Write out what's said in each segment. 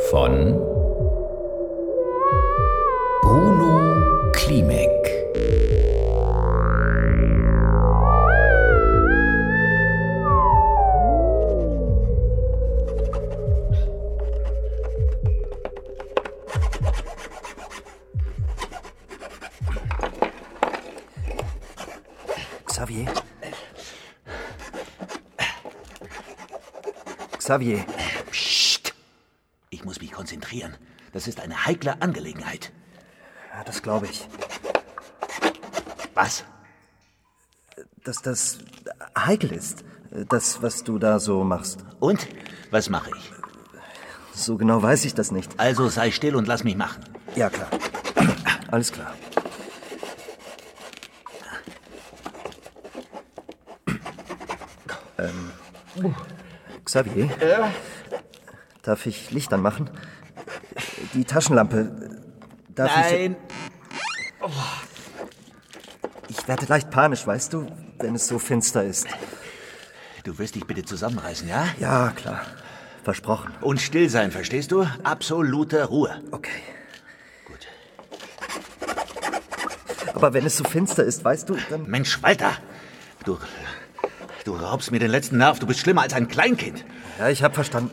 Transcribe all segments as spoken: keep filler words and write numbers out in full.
von Bruno Klimek. Xavier? Xavier? Psst! Ich muss mich konzentrieren. Das ist eine heikle Angelegenheit. Ja, das glaube ich. Was? Dass das heikel ist. Das, was du da so machst. Und? Was mache ich? So genau weiß ich das nicht. Also sei still und lass mich machen. Ja, klar. Alles klar. Ähm, Xavier? Ja? Darf ich Licht anmachen? Die Taschenlampe. Darf Nein! Ich, oh. ich werde leicht panisch, weißt du, wenn es so finster ist. Du wirst dich bitte zusammenreißen, ja? Ja, klar. Versprochen. Und still sein, verstehst du? Absolute Ruhe. Okay. Gut. Aber wenn es so finster ist, weißt du, dann... Mensch, Walter! Du, du raubst mir den letzten Nerv. Du bist schlimmer als ein Kleinkind. Ja, ich hab verstanden.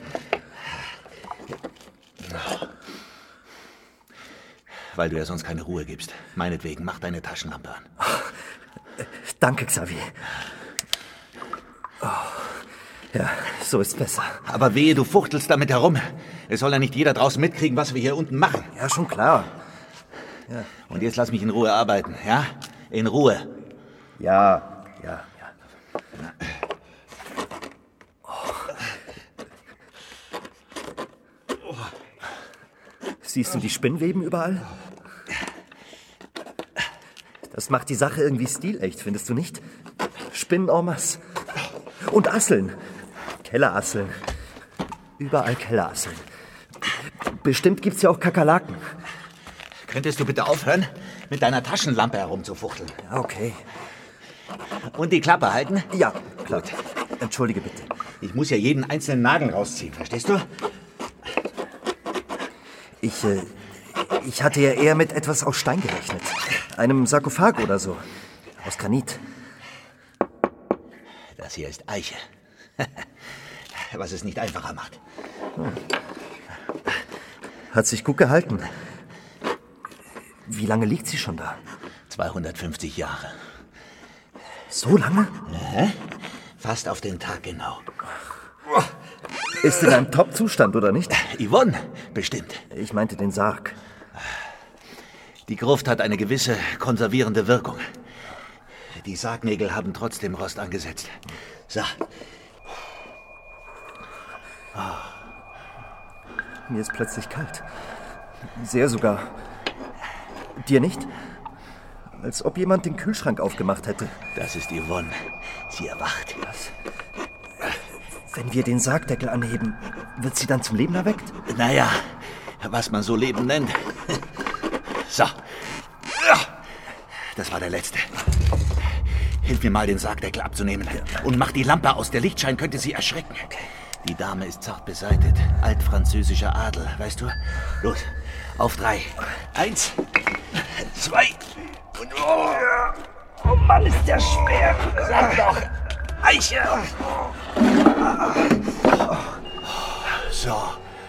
Weil du ja sonst keine Ruhe gibst. Meinetwegen, mach deine Taschenlampe an. Oh, danke, Xavier. Oh, ja, so ist besser. Aber wehe, du fuchtelst damit herum. Es soll ja nicht jeder draußen mitkriegen, was wir hier unten machen. Ja, schon klar. Ja. Und jetzt lass mich in Ruhe arbeiten, ja? In Ruhe. Ja, ja, ja. Oh. Siehst du die Spinnweben überall? Das macht die Sache irgendwie stilecht, findest du nicht? Spinnen en masse. Und Asseln. Kellerasseln. Überall Kellerasseln. Bestimmt gibt's ja auch Kakerlaken. Könntest du bitte aufhören, mit deiner Taschenlampe herumzufuchteln? Ja, okay. Und die Klappe halten? Ja, klar. Gut. Entschuldige bitte. Ich muss ja jeden einzelnen Nagel rausziehen, verstehst du? Ich, äh, ich hatte ja eher mit etwas aus Stein gerechnet. Einem Sarkophag oder so. Aus Granit. Das hier ist Eiche. Was es nicht einfacher macht. Hm. Hat sich gut gehalten. Wie lange liegt sie schon da? zweihundertfünfzig Jahre. So lange? Ja, fast auf den Tag genau. Ist in einem Top-Zustand, oder nicht? Yvonne, bestimmt. Ich meinte den Sarg. Die Gruft hat eine gewisse konservierende Wirkung. Die Sargnägel haben trotzdem Rost angesetzt. So. Oh. Mir ist plötzlich kalt. Sehr sogar. Dir nicht? Als ob jemand den Kühlschrank aufgemacht hätte. Das ist Yvonne. Sie erwacht. Was? Wenn wir den Sargdeckel anheben, wird sie dann zum Leben erweckt? Naja, was man so Leben nennt. So. Das war der letzte. Hilf mir mal, den Sargdeckel abzunehmen. Und mach die Lampe aus. Der Lichtschein könnte sie erschrecken. Die Dame ist zart beseitet. Altfranzösischer Adel, weißt du? Los, auf drei. Eins, zwei und... Oh, oh Mann, ist der schwer. Sag doch. Eiche. So.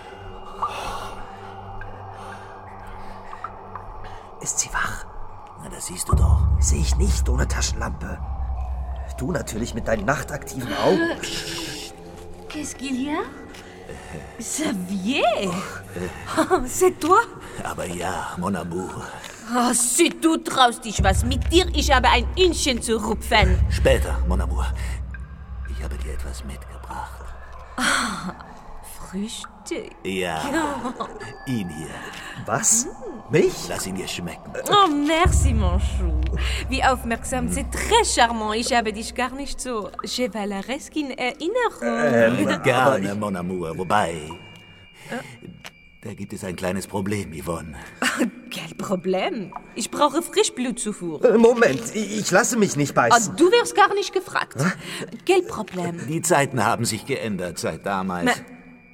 Ist sie wach? Na, das siehst du doch. Sehe ich nicht ohne Taschenlampe. Du natürlich mit deinen nachtaktiven Augen. Qu'est-ce qu'il y a? Xavier? Oh, c'est toi? Aber ja, mon amour. Oh, si du traust dich was mit dir, ich habe ein Hühnchen zu rupfen. Später, mon amour. Ich habe dir etwas mitgebracht. Ah, Frühstück. Ja, ihn hier. Was? Mich? Lass ihn dir schmecken. Oh, merci, mon chou. Wie aufmerksam, c'est très charmant. Ich habe dich gar nicht so chevaleresk in Erinnerung. Ähm, gerne, mon amour. Wobei, da gibt es ein kleines Problem, Yvonne. Quel Problem? Ich brauche Frischblutzufuhr. Äh, Moment, ich lasse mich nicht beißen. Oh, du wirst gar nicht gefragt. Quel Problem? Die Zeiten haben sich geändert seit damals. Ma,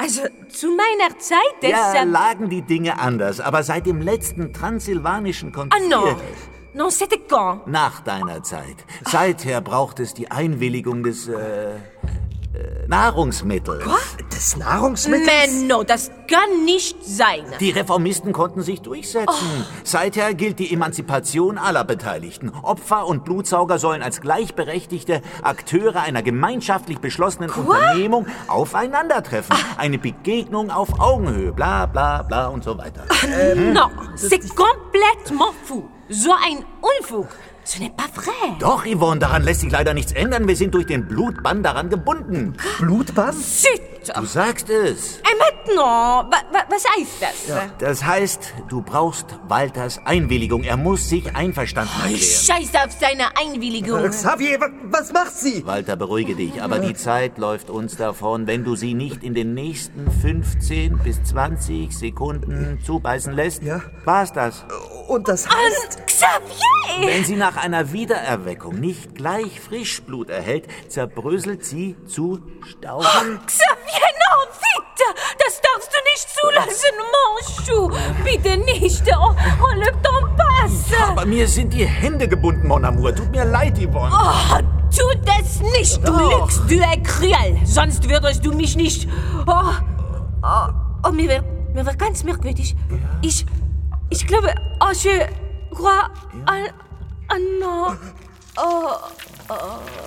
Also, zu meiner Zeit, Ja, deshalb... lagen die Dinge anders, aber seit dem letzten transsilvanischen Konzil... Ah, non. Non, c'était quand? Nach deiner Zeit. Seither braucht es die Einwilligung des, äh, äh Nahrungsmittels. Des Nahrungsmittels? Mais non, das kann nicht sein. Die Reformisten konnten sich durchsetzen. Oh. Seither gilt die Emanzipation aller Beteiligten. Opfer und Blutsauger sollen als gleichberechtigte Akteure einer gemeinschaftlich beschlossenen Unternehmung aufeinandertreffen. Eine Begegnung auf Augenhöhe, bla bla bla und so weiter. Ähm, non, c'est complètement fou. So ein Unfug. Ce n'est pas vrai. Doch, Yvonne, daran lässt sich leider nichts ändern. Wir sind durch den Blutbann daran gebunden. Blutband? Zut. Du sagst es. Et maintenant, wa, wa, was heißt das? Das heißt, du brauchst Walters Einwilligung. Er muss sich einverstanden erklären. Scheiß auf seine Einwilligung. Xavier, wa- was macht sie? Walter, beruhige dich, aber die Zeit läuft uns davon. Wenn du sie nicht in den nächsten fünfzehn bis zwanzig Sekunden zubeißen lässt, Ja. war's das. Und das heißt... Xavier! Wenn sie nach einer Wiedererweckung nicht gleich Frischblut erhält, zerbröselt sie zu Staub. Xavier, non, vite! Das darfst du nicht zulassen, mon chou! Bitte nicht! Oh, oh le temps passe! Aber mir sind die Hände gebunden, mon amour. Tut mir leid, Yvonne. Oh, tut es nicht! Du Doch. lügst, du es cruel! Sonst würdest du mich nicht... Oh, oh, oh mir wird, mir wird ganz merkwürdig. Ich, ich glaube... Oh, je crois... Ah, ah non... Oh, oh...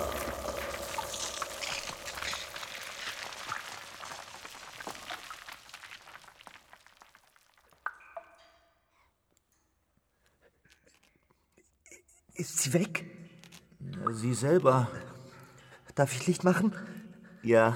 Ist sie weg? Sie selber. Darf ich Licht machen? Ja.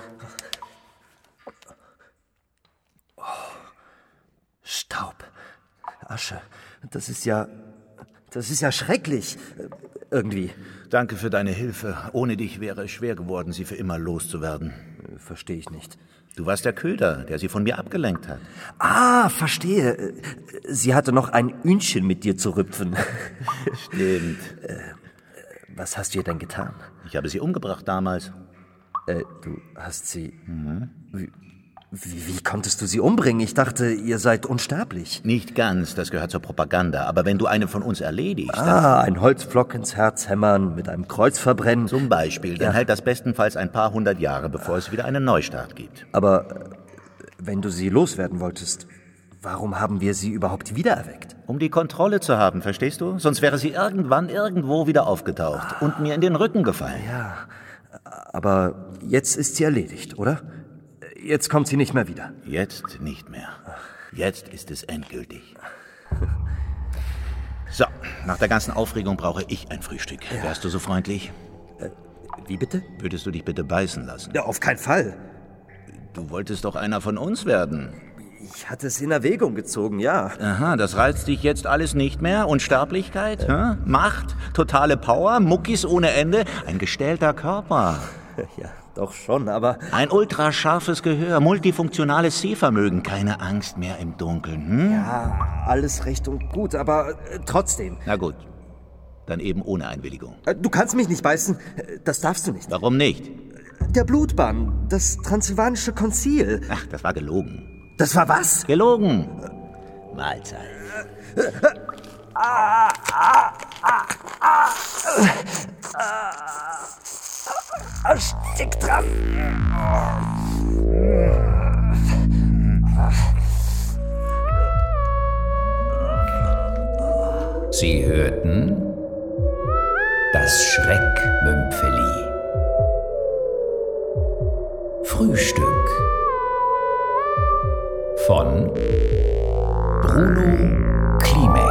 Staub. Asche. Das ist ja... Das ist ja schrecklich. Äh, Irgendwie. Danke für deine Hilfe. Ohne dich wäre es schwer geworden, sie für immer loszuwerden. Äh, Verstehe ich nicht. Du warst der Köder, der sie von mir abgelenkt hat. Ah, verstehe. Äh, Sie hatte noch ein Hühnchen mit dir zu rüpfen. Stimmt. Was hast du ihr denn getan? Ich habe sie umgebracht damals. Äh, du hast sie... Wie, wie, wie konntest du sie umbringen? Ich dachte, ihr seid unsterblich. Nicht ganz, das gehört zur Propaganda. Aber wenn du eine von uns erledigst, dann Ah, ein Holzpflock ins Herz hämmern, mit einem Kreuz verbrennen. zum Beispiel, dann hält das bestenfalls ein paar hundert Jahre, bevor es wieder einen Neustart gibt. Aber äh, wenn du sie loswerden wolltest, warum haben wir sie überhaupt wiedererweckt? Um die Kontrolle zu haben, verstehst du? Sonst wäre sie irgendwann irgendwo wieder aufgetaucht und mir in den Rücken gefallen. Ja, aber jetzt ist sie erledigt, oder? Jetzt kommt sie nicht mehr wieder. Jetzt nicht mehr. Jetzt ist es endgültig. So, nach der ganzen Aufregung brauche ich ein Frühstück. Wärst du so freundlich? Wie bitte? Würdest du dich bitte beißen lassen? Ja, auf keinen Fall. Du wolltest doch einer von uns werden. Ich hatte es in Erwägung gezogen, ja. Aha, das reizt dich jetzt alles nicht mehr? Unsterblichkeit? Hä? Macht? Totale Power? Muckis ohne Ende? Ein gestählter Körper? Ja, doch schon, aber... Ein ultrascharfes Gehör, multifunktionales Sehvermögen, keine Angst mehr im Dunkeln, hm? Ja, alles recht und gut, aber äh, trotzdem. Na gut, dann eben ohne Einwilligung. Äh, Du kannst mich nicht beißen. Äh, Das darfst du nicht. Warum nicht? Der Blutbann, das Transsilvanische Konzil. Ach, das war gelogen. Das war was? Gelogen. Mahlzeit. Stick dran. Sie hörten das Schreckmümpfeli. Frühstück von Bruno Klimek.